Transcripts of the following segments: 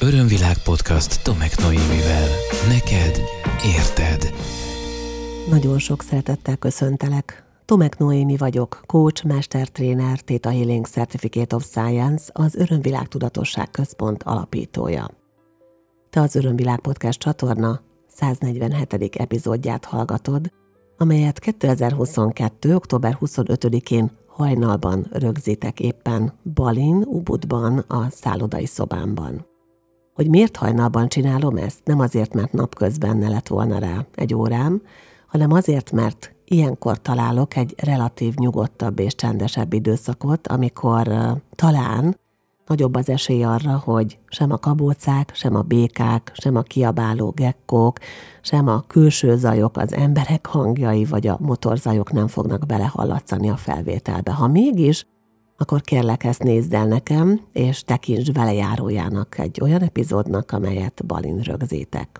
Örömvilág podcast Tomek Noémivel. Neked érted. Nagyon sok szeretettel köszöntelek. Tomek Noémi vagyok, coach, mestertréner, Theta Healing Certificate of Science, az Örömvilág Tudatosság Központ alapítója. Te az Örömvilág podcast csatorna 147. epizódját hallgatod, amelyet 2022. október 25-én hajnalban rögzítek éppen Balin, Ubudban, a szállodai szobámban. Hogy miért hajnalban csinálom ezt? Nem azért, mert napközben ne lett volna rá egy órám, hanem azért, mert ilyenkor találok egy relatív nyugodtabb és csendesebb időszakot, amikor talán nagyobb az esély arra, hogy sem a kabócák, sem a békák, sem a kiabáló gekkók, sem a külső zajok, az emberek hangjai vagy a motorzajok nem fognak belehallatszani a felvételbe. Ha mégis, akkor kérlek, ezt nézd el nekem, és tekintsd velejárójának egy olyan epizódnak, amelyet Balin rögzítek.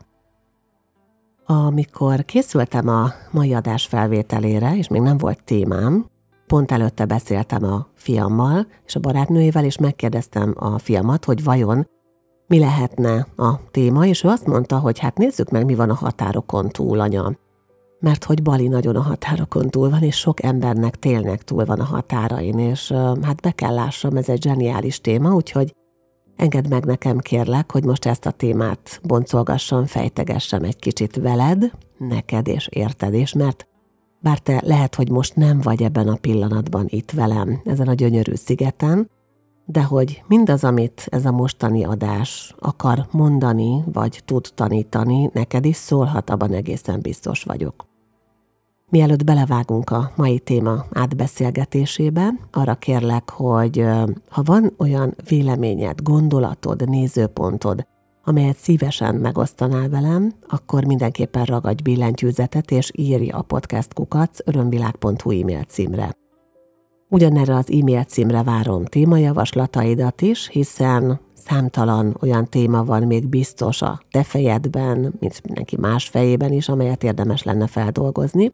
Amikor készültem a mai adás felvételére, és még nem volt témám, pont előtte beszéltem a fiammal és a barátnőjével, és megkérdeztem a fiamat, hogy vajon mi lehetne a téma, és ő azt mondta, hogy hát nézzük meg, mi van a határokon túl, anya. Mert hogy Bali nagyon a határokon túl van, és sok embernek tényleg túl van a határain, és hát be kell lássam, ez egy zseniális téma, úgyhogy engedd meg nekem, kérlek, hogy most ezt a témát boncolgassam, fejtegessem egy kicsit veled, neked és érted is, mert bár te lehet, hogy most nem vagy ebben a pillanatban itt velem, ezen a gyönyörű szigeten, de hogy mindaz, amit ez a mostani adás akar mondani, vagy tud tanítani, neked is szólhat, abban egészen biztos vagyok. Mielőtt belevágunk a mai téma átbeszélgetésébe, arra kérlek, hogy ha van olyan véleményed, gondolatod, nézőpontod, amelyet szívesen megosztanál velem, akkor mindenképpen ragadj billentyűzetet és írj a podcast@örömvilág.hu e-mail címre. Ugyanerre az e-mail címre várom témajavaslataidat is, hiszen számtalan olyan téma van még biztos a te fejedben, mint mindenki más fejében is, amelyet érdemes lenne feldolgozni.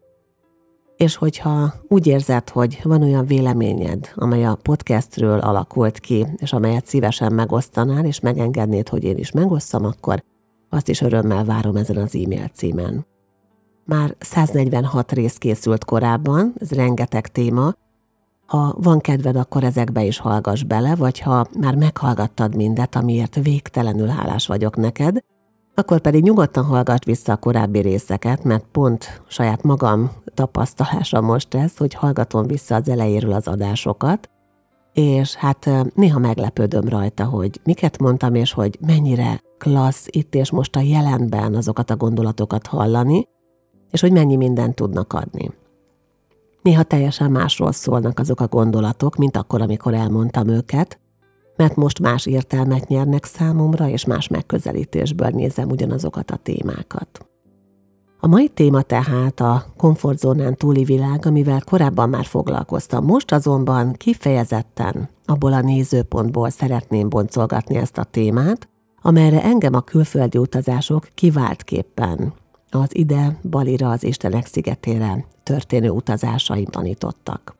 És hogyha úgy érzed, hogy van olyan véleményed, amely a podcastről alakult ki, és amelyet szívesen megosztanál, és megengednéd, hogy én is megosszam, akkor azt is örömmel várom ezen az e-mail címen. Már 146 rész készült korábban, ez rengeteg téma. Ha van kedved, akkor ezekbe is hallgass bele, vagy ha már meghallgattad mindet, amiért végtelenül hálás vagyok neked, akkor pedig nyugodtan hallgass vissza a korábbi részeket, mert pont saját magam tapasztalása most ez, hogy hallgatom vissza az elejéről az adásokat, és hát néha meglepődöm rajta, hogy miket mondtam, és hogy mennyire klassz itt és most a jelenben azokat a gondolatokat hallani, és hogy mennyi mindent tudnak adni. Néha teljesen másról szólnak azok a gondolatok, mint akkor, amikor elmondtam őket, mert most más értelmet nyernek számomra, és más megközelítésből nézem ugyanazokat a témákat. A mai téma tehát a komfortzónán túli világ, amivel korábban már foglalkoztam. Most azonban kifejezetten abból a nézőpontból szeretném boncolgatni ezt a témát, amelyre engem a külföldi utazások kiváltképpen az ide, Balira, az Istenek szigetére történő utazásaim tanítottak.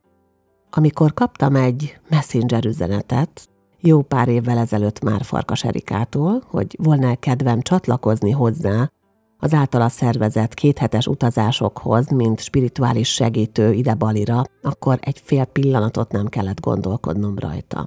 Amikor kaptam egy messenger üzenetet, jó pár évvel ezelőtt már Farkas Erikától, hogy volna kedvem csatlakozni hozzá az általa szervezett 2 hetes utazásokhoz, mint spirituális segítő ide Balira, akkor egy fél pillanatot nem kellett gondolkodnom rajta.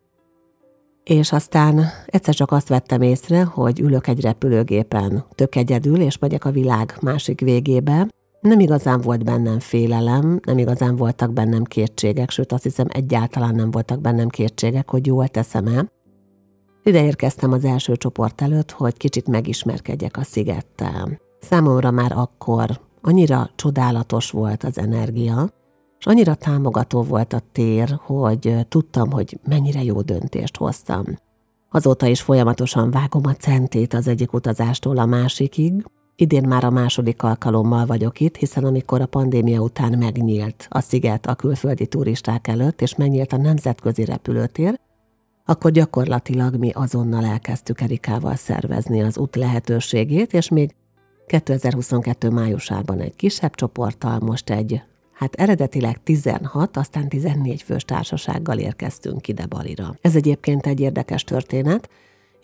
És aztán egyszer csak azt vettem észre, hogy ülök egy repülőgépen tök egyedül, és megyek a világ másik végébe. Nem igazán volt bennem félelem, nem igazán voltak bennem kétségek, sőt azt hiszem egyáltalán nem voltak bennem kétségek, hogy jól teszem-e. Ide érkeztem az első csoport előtt, hogy kicsit megismerkedjek a szigettel. Számomra már akkor annyira csodálatos volt az energia, és annyira támogató volt a tér, hogy tudtam, hogy mennyire jó döntést hoztam. Azóta is folyamatosan vágom a centét az egyik utazástól a másikig. Idén már a második alkalommal vagyok itt, hiszen amikor a pandémia után megnyílt a sziget a külföldi turisták előtt, és megnyílt a nemzetközi repülőtér, akkor gyakorlatilag mi azonnal elkezdtük Erikával szervezni az út lehetőségét, és még 2022. májusában egy kisebb csoporttal, most egy, eredetileg 16, aztán 14 fős társasággal érkeztünk ide Balira. Ez egyébként egy érdekes történet,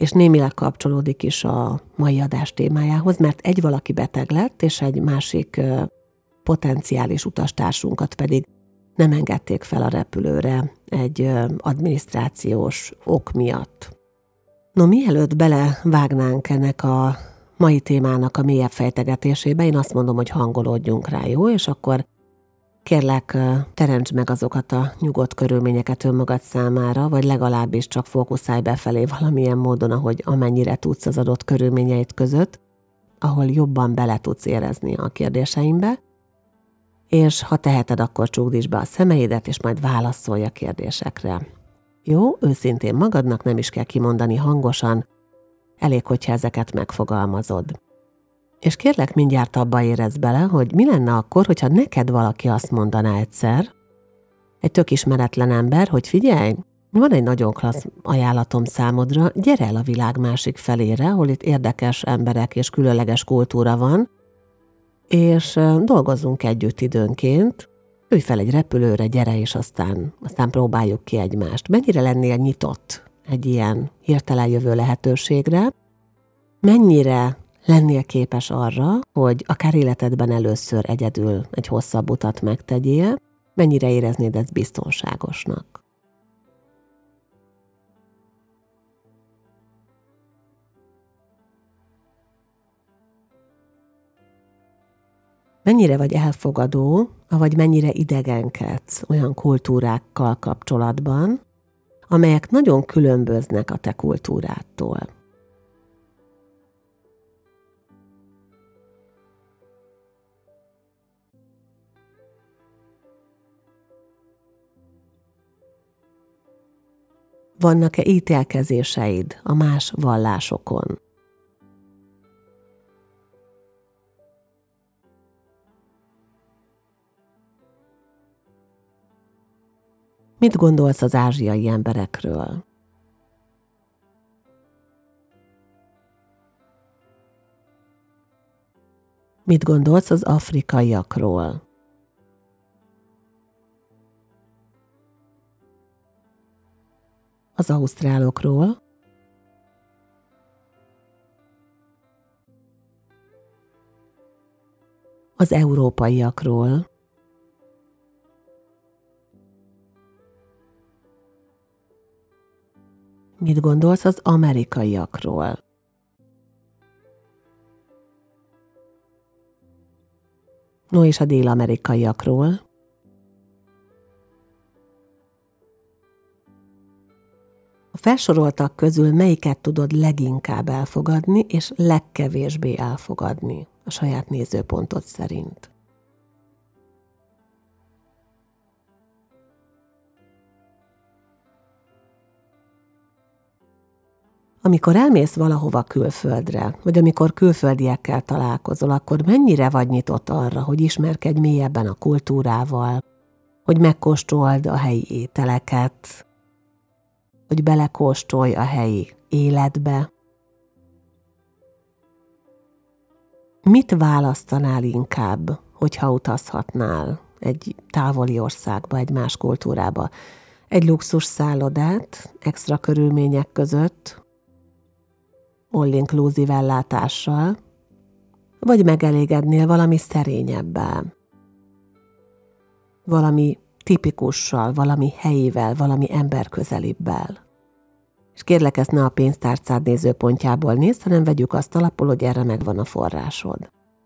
és némileg kapcsolódik is a mai adás témájához, mert egy valaki beteg lett, és egy másik potenciális utastársunkat pedig nem engedték fel a repülőre egy adminisztrációs ok miatt. No, mielőtt belevágnánk ennek a mai témának a mélyebb fejtegetésébe, én azt mondom, hogy hangolódjunk rá, jó? És akkor kérlek, teremtsd meg azokat a nyugodt körülményeket önmagad számára, vagy legalábbis csak fókuszálj befelé valamilyen módon, ahogy amennyire tudsz az adott körülményeid között, ahol jobban bele tudsz érezni a kérdéseimbe, és ha teheted, akkor csukd be a szemeidet, és majd válaszolj a kérdésekre. Jó, őszintén magadnak, nem is kell kimondani hangosan, elég, hogyha ezeket megfogalmazod. És kérlek, mindjárt abba érezd bele, hogy mi lenne akkor, hogyha neked valaki azt mondaná egyszer, egy tök ismeretlen ember, hogy figyelj, van egy nagyon klassz ajánlatom számodra, gyere el a világ másik felére, ahol itt érdekes emberek és különleges kultúra van, és dolgozzunk együtt időnként, ülj fel egy repülőre, gyere, és aztán próbáljuk ki egymást. Mennyire lennél nyitott egy ilyen hirtelen jövő lehetőségre? Mennyire lennél képes arra, hogy akár életedben először egyedül egy hosszabb utat megtegyél? Mennyire éreznéd ezt biztonságosnak? Mennyire vagy elfogadó, vagy mennyire idegenkedsz olyan kultúrákkal kapcsolatban, amelyek nagyon különböznek a te kultúrádtól. Vannak-e ítélkezéseid a más vallásokon? Mit gondolsz az ázsiai emberekről? Mit gondolsz az afrikaiakról? Az ausztrálokról? Az európaiakról? Mit gondolsz az amerikaiakról? No, és a dél-amerikaiakról? A felsoroltak közül melyiket tudod leginkább elfogadni, és legkevésbé elfogadni a saját nézőpontod szerint? Amikor elmész valahova külföldre, vagy amikor külföldiekkel találkozol, akkor mennyire vagy nyitott arra, hogy ismerkedj mélyebben a kultúrával, hogy megkóstold a helyi ételeket, hogy belekóstolj a helyi életbe? Mit választanál inkább, hogyha utazhatnál egy távoli országba, egy más kultúrába? Egy luxus szállodát, extra körülmények között, all-inclusive ellátással, vagy megelégednél valami szerényebbel, valami tipikussal, valami helyivel, valami emberközelibbel. És kérlek, ezt ne a pénztárcád nézőpontjából nézd, hanem vegyük azt alapul, hogy erre megvan a forrásod.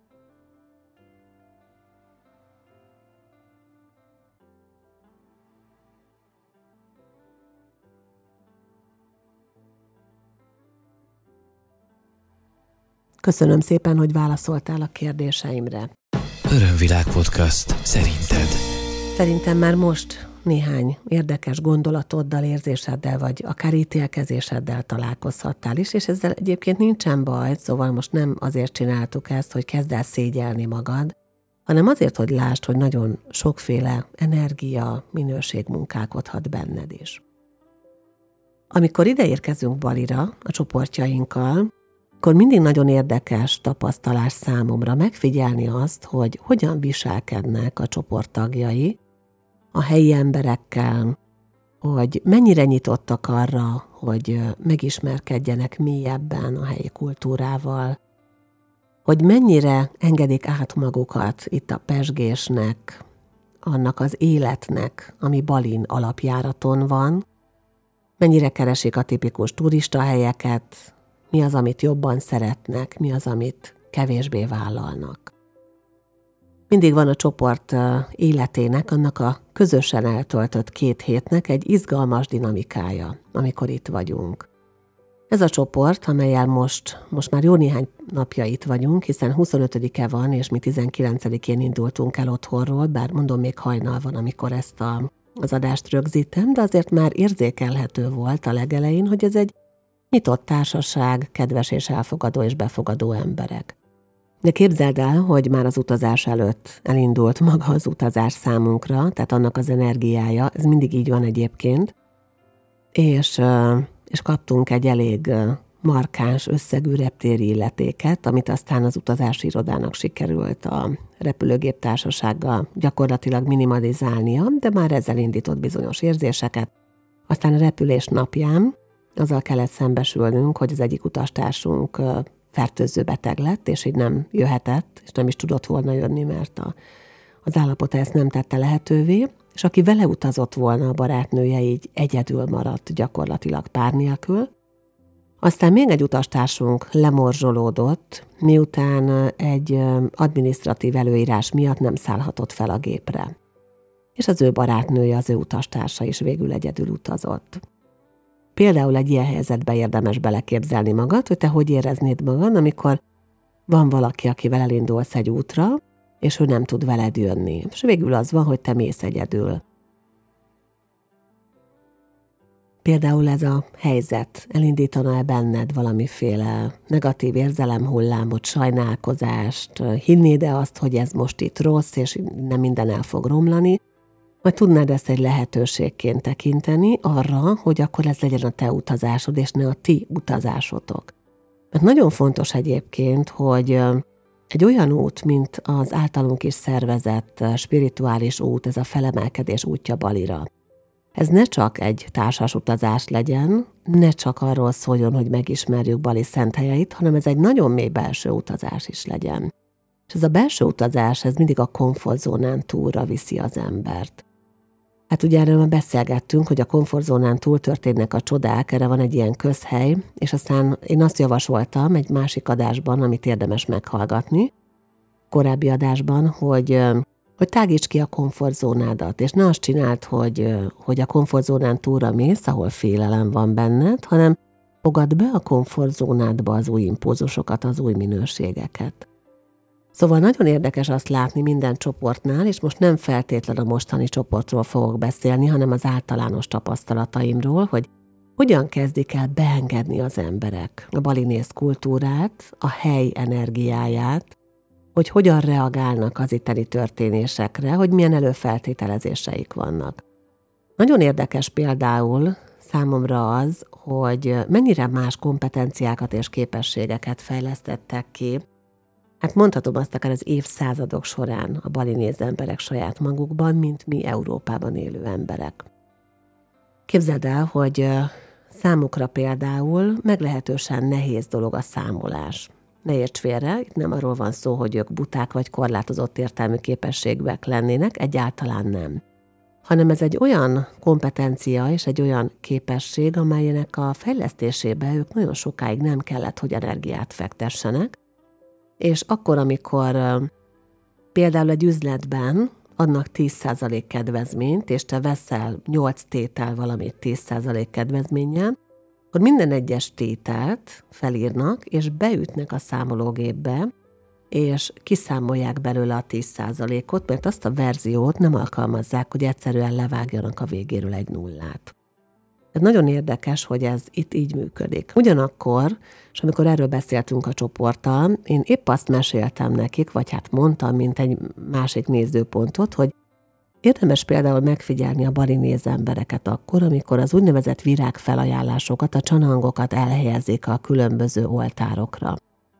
Köszönöm szépen, hogy válaszoltál a kérdéseimre. Örömvilág podcast. Szerinted? Szerintem már most néhány érdekes gondolatoddal, érzéseddel, vagy akár ítélkezéseddel találkozhattál is, és ezzel egyébként nincsen baj, szóval most nem azért csináltuk ezt, hogy kezd el szégyelni magad, hanem azért, hogy lásd, hogy nagyon sokféle energia, minőség munkálkodhat benned is. Amikor ide érkezünk Balira a csoportjainkkal, akkor mindig nagyon érdekes tapasztalás számomra megfigyelni azt, hogy hogyan viselkednek a csoport tagjai a helyi emberekkel, hogy mennyire nyitottak arra, hogy megismerkedjenek mélyebben a helyi kultúrával, hogy mennyire engedik át magukat itt a pezsgésnek, annak az életnek, ami Balin alapjáraton van, mennyire keresik a tipikus turistahelyeket, mi az, amit jobban szeretnek, mi az, amit kevésbé vállalnak. Mindig van a csoport életének, annak a közösen eltöltött 2 hétnek egy izgalmas dinamikája, amikor itt vagyunk. Ez a csoport, amellyel most már jó néhány napja itt vagyunk, hiszen 25-e van, és mi 19-én indultunk el otthonról, bár mondom, még hajnal van, amikor ezt az adást rögzítem, de azért már érzékelhető volt a legelején, hogy ez egy nyitott társaság, kedves és elfogadó és befogadó emberek. De képzeld el, hogy már az utazás előtt elindult maga az utazás számunkra, tehát annak az energiája, ez mindig így van egyébként, és kaptunk egy elég markáns összegű reptéri illetéket, amit aztán az utazási irodának sikerült a repülőgép társasággal gyakorlatilag minimalizálnia, de már ezzel indított bizonyos érzéseket. Aztán a repülés napján azzal kellett szembesülnünk, hogy az egyik utastársunk fertőző beteg lett, és így nem jöhetett, és nem is tudott volna jönni, mert az állapota ezt nem tette lehetővé, és aki vele utazott volna, a barátnője, így egyedül maradt gyakorlatilag pár nélkül. Aztán még egy utastársunk lemorzsolódott, miután egy adminisztratív előírás miatt nem szállhatott fel a gépre. És az ő barátnője, az ő utastársa is végül egyedül utazott. Például egy ilyen helyzetbe érdemes beleképzelni magad, hogy te hogy éreznéd magad, amikor van valaki, akivel elindulsz egy útra, és ő nem tud veled jönni. És végül az van, hogy te mész egyedül. Például ez a helyzet elindítana-e benned valamiféle negatív érzelemhullámot, sajnálkozást, hinnéd-e azt, hogy ez most itt rossz, és nem minden el fog romlani, vagy tudnád ezt egy lehetőségként tekinteni arra, hogy akkor ez legyen a te utazásod, és ne a ti utazásotok. Mert nagyon fontos egyébként, hogy egy olyan út, mint az általunk is szervezett spirituális út, ez a felemelkedés útja Balira. Ez ne csak egy társas utazás legyen, ne csak arról szóljon, hogy megismerjük Bali szent helyeit, hanem ez egy nagyon mély belső utazás is legyen. És ez a belső utazás, ez mindig a komfortzónán túlra viszi az embert. Hát ugye erről már beszélgettünk, hogy a komfortzónán túl történnek a csodák, erre van egy ilyen közhely, és aztán én azt javasoltam egy másik adásban, amit érdemes meghallgatni, korábbi adásban, hogy tágíts ki a komfortzónádat, és ne azt csináld, hogy a komfortzónán túlra mész, ahol félelem van benned, hanem fogad be a komfortzónádba az új impulzusokat, az új minőségeket. Szóval nagyon érdekes azt látni minden csoportnál, és most nem feltétlen a mostani csoportról fogok beszélni, hanem az általános tapasztalataimról, hogy hogyan kezdik el beengedni az emberek a balinész kultúrát, a hely energiáját, hogy hogyan reagálnak az itteni történésekre, hogy milyen előfeltételezéseik vannak. Nagyon érdekes például számomra az, hogy mennyire más kompetenciákat és képességeket fejlesztettek ki. Hát mondhatom azt akár az évszázadok során a balinéz emberek saját magukban, mint mi Európában élő emberek. Képzeld el, hogy számukra például meglehetősen nehéz dolog a számolás. Ne érts félre, itt nem arról van szó, hogy ők buták vagy korlátozott értelmű képességűek lennének, egyáltalán nem. Hanem ez egy olyan kompetencia és egy olyan képesség, amelynek a fejlesztésébe ők nagyon sokáig nem kellett, hogy energiát fektessenek, és akkor, amikor például egy üzletben adnak 10% kedvezményt, és te veszel 8 tétel valamit 10% kedvezménnyel, akkor minden egyes tételt felírnak, és beütnek a számológépbe, és kiszámolják belőle a 10%-ot, mert azt a verziót nem alkalmazzák, hogy egyszerűen levágjanak a végéről egy nullát. Ez nagyon érdekes, hogy ez itt így működik. Ugyanakkor, és amikor erről beszéltünk a csoporttal, én épp azt meséltem nekik, vagy hát mondtam, mint egy másik nézőpontot, hogy érdemes például megfigyelni a balinéz embereket akkor, amikor az úgynevezett virágfelajánlásokat, a csanangokat elhelyezik a különböző oltárokra.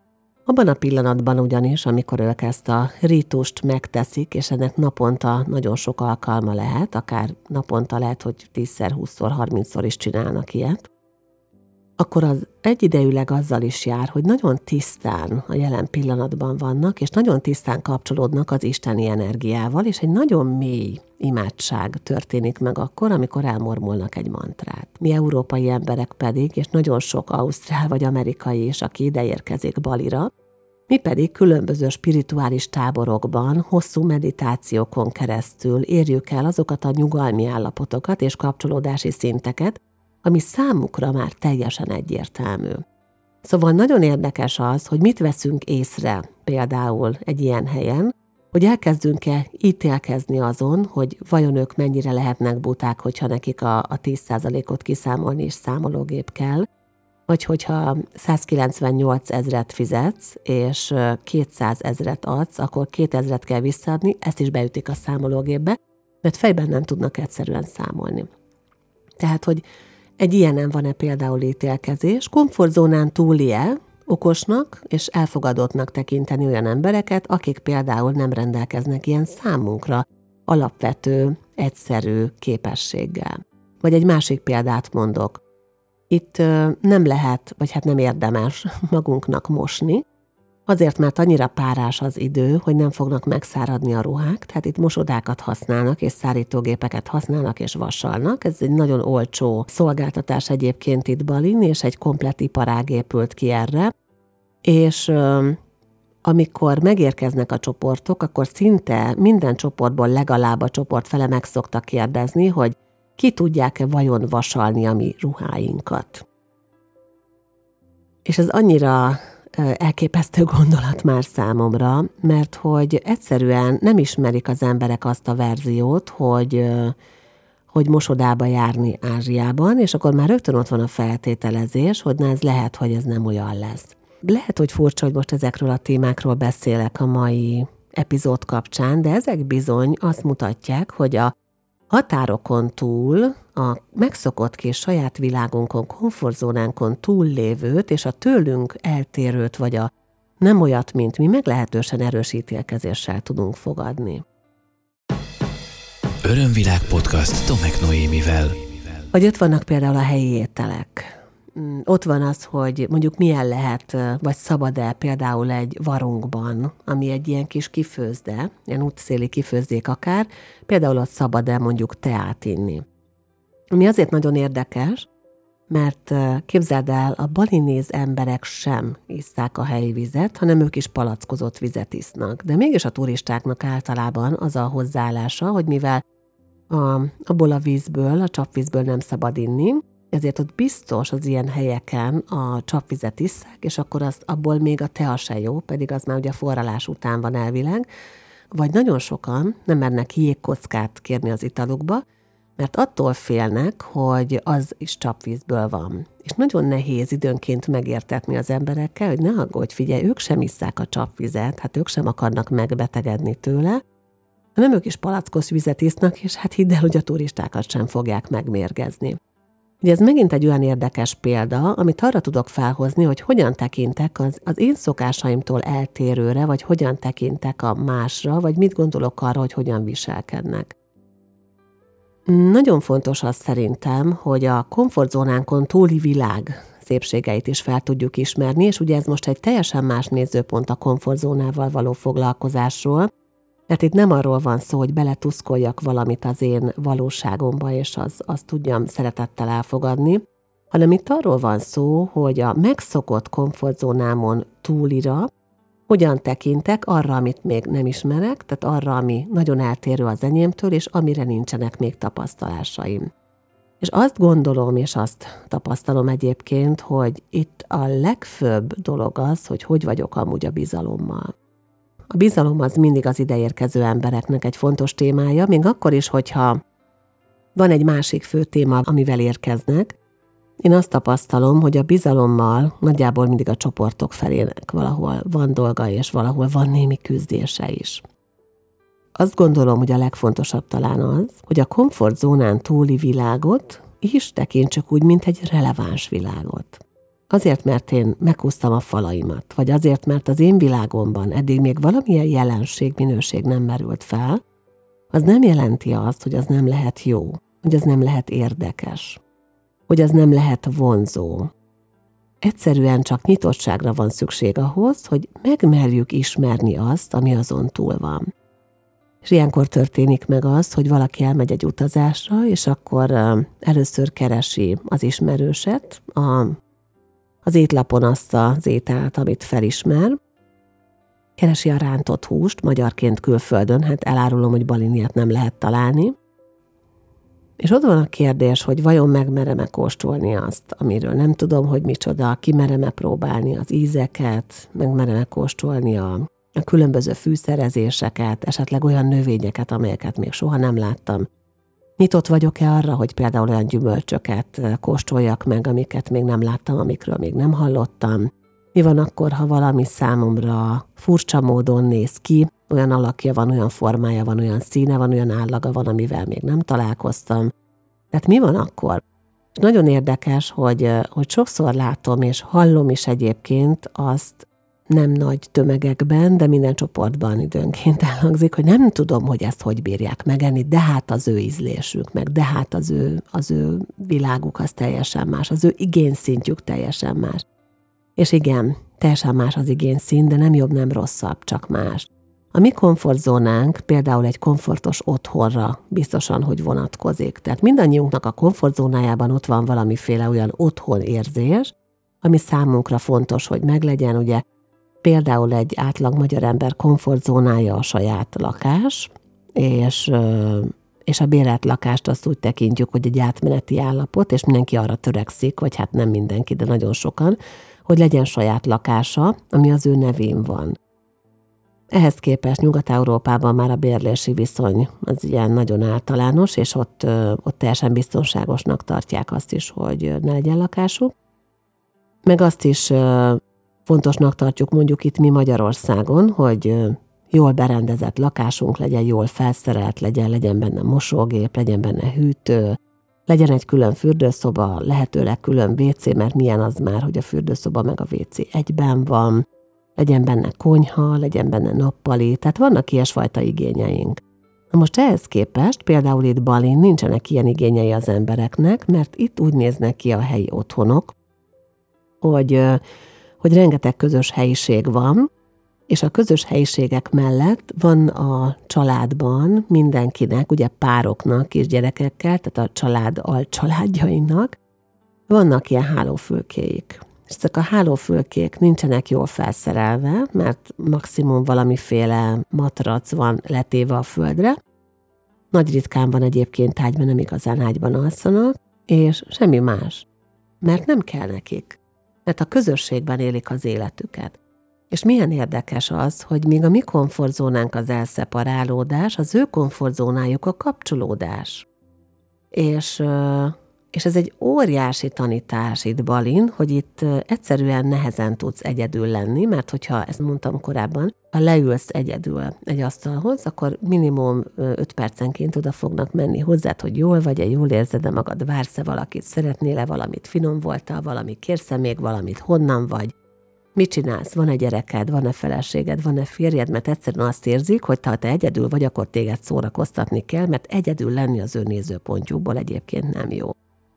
Abban a pillanatban ugyanis, amikor ők ezt a rítust megteszik, és ennek naponta nagyon sok alkalma lehet, akár naponta lehet, hogy 10-szer, 20-szor, 30-szor is csinálnak ilyet, akkor az egyidejűleg azzal is jár, hogy nagyon tisztán a jelen pillanatban vannak, és nagyon tisztán kapcsolódnak az isteni energiával, és egy nagyon mély imádság történik meg akkor, amikor elmormolnak egy mantrát. Mi európai emberek pedig, és nagyon sok ausztrál vagy amerikai is, aki ide érkezik Balira, mi pedig különböző spirituális táborokban, hosszú meditációkon keresztül érjük el azokat a nyugalmi állapotokat és kapcsolódási szinteket, ami számukra már teljesen egyértelmű. Szóval nagyon érdekes az, hogy mit veszünk észre például egy ilyen helyen, hogy elkezdünk-e ítélkezni azon, hogy vajon ők mennyire lehetnek buták, hogyha nekik a 10%-ot kiszámolni is számológép kell, vagy hogyha 198 000 fizetsz, és 200 000 adsz, akkor 2000 kell visszaadni, ezt is beütik a számológépbe, mert fejben nem tudnak egyszerűen számolni. Tehát, hogy egy ilyenen van-e például ítélkezés, komfortzónán túli-e okosnak és elfogadottnak tekinteni olyan embereket, akik például nem rendelkeznek ilyen számunkra alapvető, egyszerű képességgel. Vagy egy másik példát mondok. Itt nem lehet, vagy hát nem érdemes magunknak mosni, azért, mert annyira párás az idő, hogy nem fognak megszáradni a ruhák, tehát itt mosodákat használnak, és szárítógépeket használnak, és vasalnak. Ez egy nagyon olcsó szolgáltatás egyébként itt Balin, és egy komplett iparág épült ki erre. És amikor megérkeznek a csoportok, akkor szinte minden csoportból legalább a csoport fele meg szoktak kérdezni, hogy ki tudják-e vajon vasalni a mi ruháinkat. És ez annyira elképesztő gondolat már számomra, mert hogy egyszerűen nem ismerik az emberek azt a verziót, hogy mosodába járni Ázsiában, és akkor már rögtön ott van a feltételezés, hogy na ez lehet, hogy ez nem olyan lesz. Lehet, hogy furcsa, hogy most ezekről a témákról beszélek a mai epizód kapcsán, de ezek bizony azt mutatják, hogy a határokon túl, a megszokott kis saját világunkon, komfortzónánkon túllévőt és a tőlünk eltérőt, vagy a nem olyat, mint mi, meglehetősen erős ítélkezéssel tudunk fogadni. Örömvilág podcast Tomek Noémivel. Vagy ott vannak például a helyi ételek. Ott van az, hogy mondjuk milyen lehet, vagy szabad-e például egy varunkban, ami egy ilyen kis kifőzde, ilyen útszéli kifőzdék akár, például ott szabad-e mondjuk teát inni. Ami azért nagyon érdekes, mert képzeld el, a balinéz emberek sem isszák a helyi vizet, hanem ők is palackozott vizet isznak. De mégis a turistáknak általában az a hozzáállása, hogy mivel abból a vízből, a csapvízből nem szabad inni, ezért ott biztos az ilyen helyeken a csapvizet isszák, és akkor abból még a tea se jó, pedig az már ugye forralás után van elvileg, vagy nagyon sokan nem mernek jégkockát kérni az italukba, mert attól félnek, hogy az is csapvízből van. És nagyon nehéz időnként megértetni az emberekkel, hogy ne aggódj, figyelj, ők sem isszák a csapvizet, hát ők sem akarnak megbetegedni tőle, hanem ők is palackos vizet isznak, és hát hidd el, hogy a turistákat sem fogják megmérgezni. Ugye ez megint egy olyan érdekes példa, amit arra tudok felhozni, hogy hogyan tekintek az én szokásaimtól eltérőre, vagy hogyan tekintek a másra, vagy mit gondolok arra, hogy hogyan viselkednek. Nagyon fontos az szerintem, hogy a komfortzónánkon túli világ szépségeit is fel tudjuk ismerni, és ugye ez most egy teljesen más nézőpont a komfortzónával való foglalkozásról, mert itt nem arról van szó, hogy beletuszkoljak valamit az én valóságomba, és azt tudjam szeretettel elfogadni, hanem itt arról van szó, hogy a megszokott komfortzónámon túlira hogyan tekintek arra, amit még nem ismerek, tehát arra, ami nagyon eltérő az enyémtől, és amire nincsenek még tapasztalásaim. És azt gondolom, és azt tapasztalom egyébként, hogy itt a legfőbb dolog az, hogy vagyok amúgy a bizalommal. A bizalom az mindig az ideérkező embereknek egy fontos témája, még akkor is, hogyha van egy másik fő téma, amivel érkeznek. Én azt tapasztalom, hogy a bizalommal nagyjából mindig a csoportok felének valahol van dolga, és valahol van némi küzdése is. Azt gondolom, hogy a legfontosabb talán az, hogy a komfortzónán túli világot is tekintsük úgy, mint egy releváns világot. azért, mert én meghúztam a falaimat, vagy azért, mert az én világomban eddig még valamilyen jelenség, minőség nem merült fel, az nem jelenti azt, hogy az nem lehet jó, hogy az nem lehet érdekes, hogy az nem lehet vonzó. Egyszerűen csak nyitottságra van szükség ahhoz, hogy megmerjük ismerni azt, ami azon túl van. És ilyenkor történik meg az, hogy valaki elmegy egy utazásra, és akkor először keresi az ismerőset, az étlapon azt az ételt, amit felismer, keresi a rántott húst, magyarként külföldön, hát elárulom, hogy Balin ilyet nem lehet találni. És ott van a kérdés, hogy vajon megmerem-e kóstolni azt, amiről nem tudom, hogy micsoda, kimerem-e próbálni az ízeket, megmerem-e kóstolni a különböző fűszerezéseket, esetleg olyan növényeket, amelyeket még soha nem láttam. Nyitott vagyok-e arra, hogy például olyan gyümölcsöket kóstoljak meg, amiket még nem láttam, amikről még nem hallottam? Mi van akkor, ha valami számomra furcsa módon néz ki, olyan alakja van, olyan formája van, olyan színe van, olyan állaga van, amivel még nem találkoztam? Tehát mi van akkor? És nagyon érdekes, hogy sokszor látom és hallom is egyébként azt, nem nagy tömegekben, de minden csoportban időnként elhangzik, hogy nem tudom, hogy ezt hogy bírják megenni, de hát az ő ízlésük, meg de hát az ő világuk az teljesen más, az ő igényszintjük teljesen más. És igen, teljesen más az igényszint, de nem jobb, nem rosszabb, csak más. A mi komfortzónánk például egy komfortos otthonra biztosan, hogy vonatkozik. Tehát mindannyiunknak a komfortzónájában ott van valamiféle olyan otthonérzés, ami számunkra fontos, hogy meglegyen, ugye. Például egy átlag magyar ember komfortzónája a saját lakás, és a bérelt lakást azt úgy tekintjük, hogy egy átmeneti állapot, és mindenki arra törekszik, vagy hát nem mindenki, de nagyon sokan, hogy legyen saját lakása, ami az ő nevén van. Ehhez képest Nyugat-Európában már a bérlési viszony az ilyen nagyon általános, és ott teljesen biztonságosnak tartják azt is, hogy ne legyen lakásuk. Meg azt is fontosnak tartjuk mondjuk itt mi Magyarországon, hogy jól berendezett lakásunk legyen, jól felszerelt legyen benne mosógép, legyen benne hűtő, legyen egy külön fürdőszoba, lehetőleg külön WC, mert milyen az már, hogy a fürdőszoba meg a WC egyben van, legyen benne konyha, legyen benne nappali, tehát vannak ilyesfajta igényeink. Na most ehhez képest például itt Balin nincsenek ilyen igényei az embereknek, mert itt úgy néznek ki a helyi otthonok, hogy rengeteg közös helyiség van, és a közös helyiségek mellett van a családban mindenkinek, ugye pároknak, kisgyerekekkel, tehát a család alcsaládjainak, vannak ilyen hálófülkéik. És ezek a hálófülkék nincsenek jól felszerelve, mert maximum valamiféle matrac van letéve a földre. Nagy ritkán van egyébként ágyban, nem igazán ágyban alszanak, és semmi más, mert nem kell nekik. Mert a közösségben élik az életüket. És milyen érdekes az, hogy míg a mi komfortzónánk az elszeparálódás, az ő komfortzónájuk a kapcsolódás. És ez egy óriási tanítás itt Balin, hogy itt egyszerűen nehezen tudsz egyedül lenni, mert hogyha, ezt mondtam korábban, ha leülsz egyedül egy asztalhoz, akkor minimum 5 percenként oda fognak menni hozzád, hogy jól vagy-e, jól érzed-e magad, vársz-e valakit, szeretnél-e valamit, finom voltál valami, kérsz-e még valamit, honnan vagy, mit csinálsz, van-e gyereked, van-e feleséged, van-e férjed, mert egyszerűen azt érzik, hogy ha te egyedül vagy, akkor téged szórakoztatni kell, mert egyedül lenni az ő nézőpontjukból egyébként nem jó.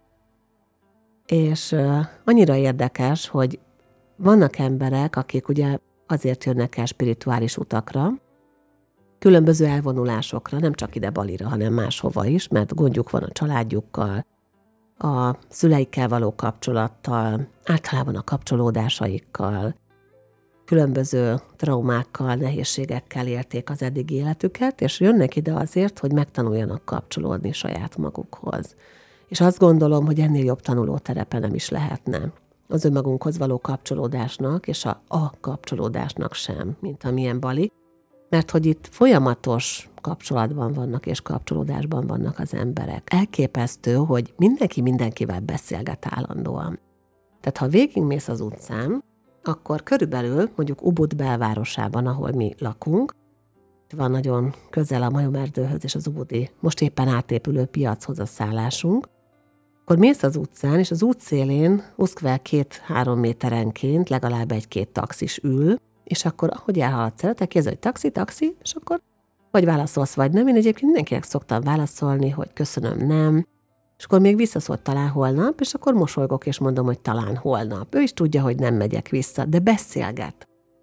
És annyira érdekes, hogy vannak emberek, akik ugye azért jönnek el spirituális utakra, különböző elvonulásokra, nem csak ide Balira, hanem máshova is, mert gondjuk van a családjukkal, a szüleikkel való kapcsolattal, általában a kapcsolódásaikkal, különböző traumákkal, nehézségekkel élték az eddigi életüket, és jönnek ide azért, hogy megtanuljanak kapcsolódni saját magukhoz. És azt gondolom, hogy ennél jobb tanulóterepe nem is lehetne az önmagunkhoz való kapcsolódásnak, és a kapcsolódásnak sem, mint amilyen Bali, mert hogy itt folyamatos kapcsolatban vannak, és kapcsolódásban vannak az emberek. Elképesztő, hogy mindenki mindenkivel beszélget állandóan. Tehát ha végigmész az utcán, akkor körülbelül mondjuk Ubud belvárosában, ahol mi lakunk, van nagyon közel a majomerdőhöz és az ubudi, most éppen átépülő piachoz a szállásunk, Akkor mész az utcán, és az útszélén uszkvel 2-3 méterenként legalább 1-2 taxis ül, és akkor, ahogy elhaladsz előtte, kérdez, hogy taxi, és akkor vagy válaszolsz, vagy nem. Én egyébként mindenkinek szoktam válaszolni, hogy köszönöm, nem. És akkor még visszaszólt talán holnap, és akkor mosolygok, és mondom, hogy talán holnap. Ő is tudja, hogy nem megyek vissza, de beszélget.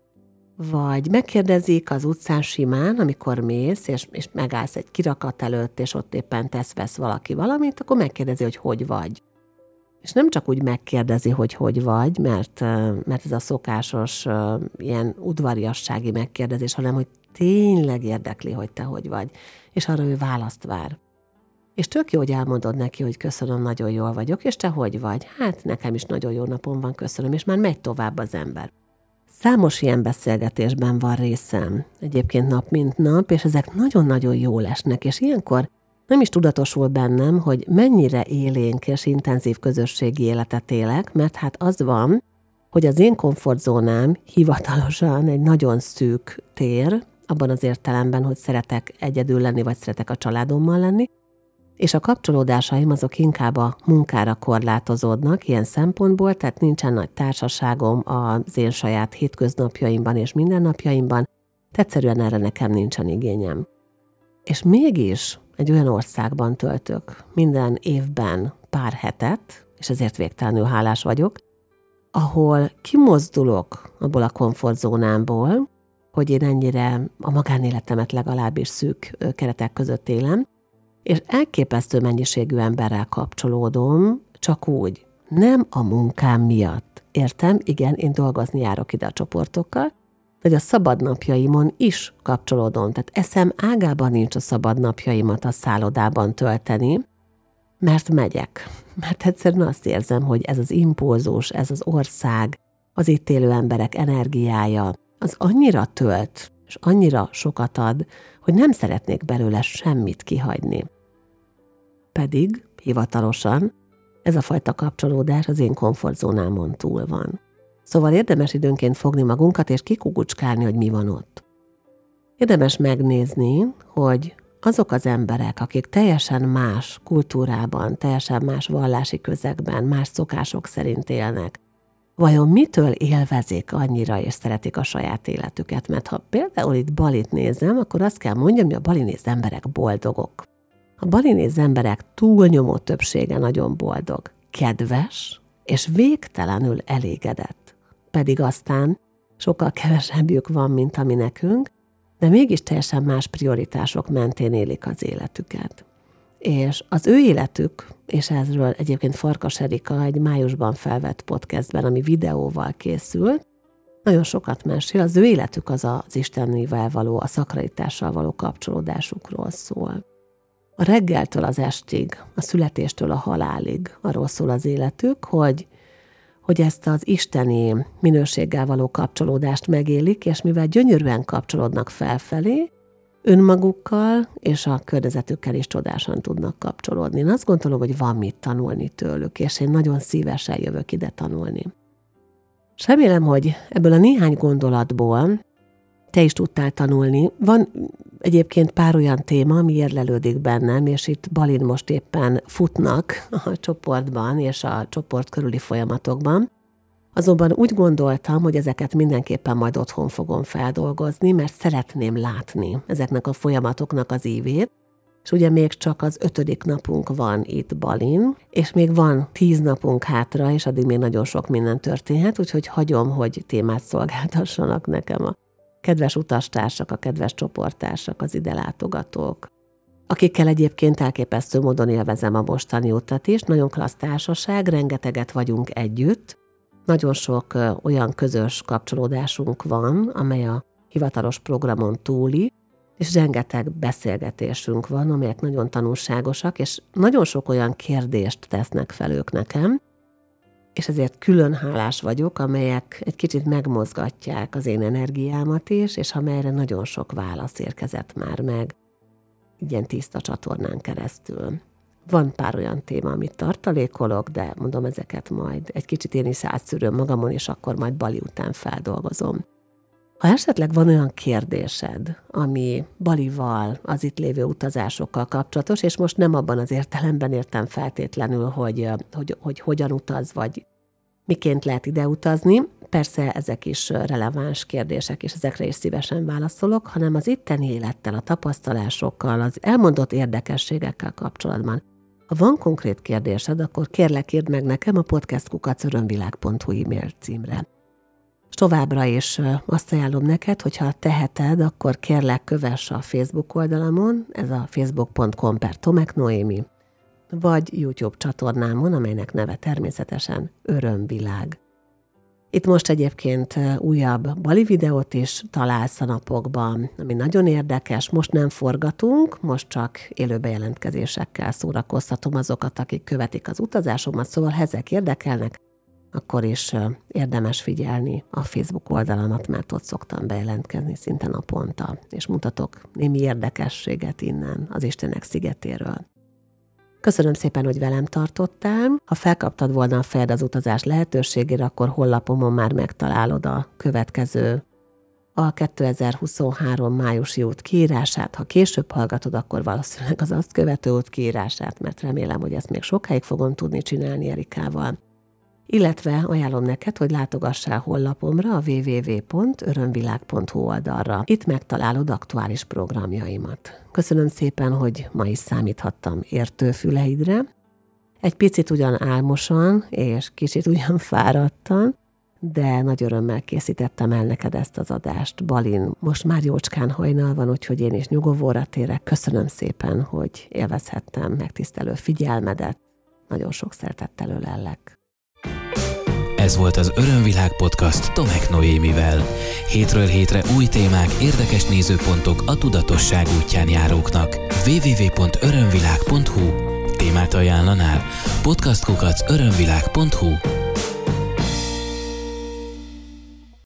Vagy megkérdezik az utcán simán, amikor mész, és megállsz egy kirakat előtt, és ott éppen vesz valaki valamit, akkor megkérdezi, hogy vagy. És nem csak úgy megkérdezi, hogy vagy, mert ez a szokásos ilyen udvariassági megkérdezés, hanem hogy tényleg érdekli, hogy te hogy vagy. És arra ő választ vár. És tök jó, hogy elmondod neki, hogy köszönöm, nagyon jól vagyok, és te hogy vagy? Hát nekem is nagyon jó napom van, köszönöm, és már megy tovább az ember. Számos ilyen beszélgetésben van részem, egyébként nap mint nap, és ezek nagyon-nagyon jól esnek, és ilyenkor nem is tudatosul bennem, hogy mennyire élénk és intenzív közösségi életet élek, mert hát az van, hogy az én komfortzónám hivatalosan egy nagyon szűk tér, abban az értelemben, hogy szeretek egyedül lenni, vagy szeretek a családommal lenni, és a kapcsolódásaim azok inkább a munkára korlátozódnak ilyen szempontból, tehát nincsen nagy társaságom az én saját hétköznapjaimban és mindennapjaimban, egyszerűen erre nekem nincsen igényem. És mégis egy olyan országban töltök minden évben pár hetet, és ezért végtelenül hálás vagyok, ahol kimozdulok abból a komfortzónámból, hogy én ennyire a magánéletemet legalábbis szűk keretek között élem, és elképesztő mennyiségű emberrel kapcsolódom, csak úgy, nem a munkám miatt. Értem? Igen, én dolgozni járok ide a csoportokkal, de a szabadnapjaimon is kapcsolódom. Tehát eszem ágában nincs a szabadnapjaimat a szállodában tölteni, mert megyek. Mert egyszerűen azt érzem, hogy ez az impulzus, ez az ország, az itt élő emberek energiája, az annyira tölt, és annyira sokat ad, hogy nem szeretnék belőle semmit kihagyni. Pedig hivatalosan ez a fajta kapcsolódás az én komfortzónámon túl van. Szóval érdemes időnként fogni magunkat, és kikukucskálni, hogy mi van ott. Érdemes megnézni, hogy azok az emberek, akik teljesen más kultúrában, teljesen más vallási közegben, más szokások szerint élnek, vajon mitől élvezik annyira és szeretik a saját életüket? Mert ha például itt Balit nézem, akkor azt kell mondjam, hogy a balinéz emberek boldogok. A balinéz emberek túlnyomó többsége nagyon boldog, kedves és végtelenül elégedett. Pedig aztán sokkal kevesebbjük van, mint ami nekünk, de mégis teljesen más prioritások mentén élik az életüket. És az ő életük, és ezről egyébként Farkas Erika egy májusban felvett podcastben, ami videóval készült, nagyon sokat mesél, az ő életük az Istennével való, a szakralitással való kapcsolódásukról szól. A reggeltől az estig, a születéstől a halálig arról szól az életük, hogy ezt az isteni minőséggel való kapcsolódást megélik, és mivel gyönyörűen kapcsolódnak felfelé, önmagukkal és a környezetükkel is csodásan tudnak kapcsolódni. Én azt gondolom, hogy van mit tanulni tőlük, és én nagyon szívesen jövök ide tanulni. És remélem, hogy ebből a néhány gondolatból te is tudtál tanulni. Van egyébként pár olyan téma, ami érlelődik bennem, és itt Balin most éppen futnak a csoportban és a csoport körüli folyamatokban. Azonban úgy gondoltam, hogy ezeket mindenképpen majd otthon fogom feldolgozni, mert szeretném látni ezeknek a folyamatoknak az ívét, és ugye még csak az 5. napunk van itt Balin, és még van 10 napunk hátra, és addig még nagyon sok minden történhet, úgyhogy hagyom, hogy témát szolgáltassanak nekem a kedves utastársak, a kedves csoporttársak, az ide látogatók, akikkel egyébként elképesztő módon élvezem a mostani utat is. Nagyon klassz társaság, rengeteget vagyunk együtt, nagyon sok olyan közös kapcsolódásunk van, amely a hivatalos programon túli, és rengeteg beszélgetésünk van, amelyek nagyon tanulságosak, és nagyon sok olyan kérdést tesznek fel ők nekem, és ezért külön hálás vagyok, amelyek egy kicsit megmozgatják az én energiámat is, és amelyre nagyon sok válasz érkezett már meg, ilyen tiszta csatornán keresztül. Van pár olyan téma, amit tartalékolok, de mondom, ezeket majd egy kicsit én is átszűröm magamon, és akkor majd Bali után feldolgozom. Ha esetleg van olyan kérdésed, ami Balival, az itt lévő utazásokkal kapcsolatos, és most nem abban az értelemben értem feltétlenül, hogy hogyan utaz, vagy miként lehet ide utazni, persze ezek is releváns kérdések, és ezekre is szívesen válaszolok, hanem az itteni élettel, a tapasztalásokkal, az elmondott érdekességekkel kapcsolatban. Ha van konkrét kérdésed, akkor kérlek írd meg nekem a podcast@örömvilág.hu e-mail címre. És továbbra is azt ajánlom neked, hogyha teheted, akkor kérlek kövess a Facebook oldalamon, ez a facebook.com/TomekNoémi, vagy YouTube csatornámon, amelynek neve természetesen Örömvilág. Itt most egyébként újabb Bali videót is találsz a napokban, ami nagyon érdekes. Most nem forgatunk, most csak élő bejelentkezésekkel szórakoztatom azokat, akik követik az utazásomat, szóval ha ezek érdekelnek, akkor is érdemes figyelni a Facebook oldalamat, mert ott szoktam bejelentkezni szinte naponta, és mutatok némi érdekességet innen, az Istenek szigetéről. Köszönöm szépen, hogy velem tartottál. Ha felkaptad volna a fejed az utazás lehetőségére, akkor honlapomon már megtalálod a következő, a 2023 májusi út kiírását. Ha később hallgatod, akkor valószínűleg az azt követő út kiírását, mert remélem, hogy ezt még sokáig fogom tudni csinálni Erikával. Illetve ajánlom neked, hogy látogassál honlapomra, a www.örömvilág.hu oldalra. Itt megtalálod aktuális programjaimat. Köszönöm szépen, hogy ma is számíthattam értő füleidre. Egy picit ugyan álmosan, és kicsit ugyan fáradtan, de nagy örömmel készítettem el neked ezt az adást. Balin most már jócskán hajnal van, úgyhogy én is nyugovóra térek. Köszönöm szépen, hogy élvezhettem megtisztelő figyelmedet. Nagyon sok szeretettel ölellek. Ez volt az Örömvilág podcast Tomek Noémivel. Hétről hétre új témák, érdekes nézőpontok a tudatosság útján járóknak. www.örömvilág.hu Témát ajánlanál? podcast@örömvilág.hu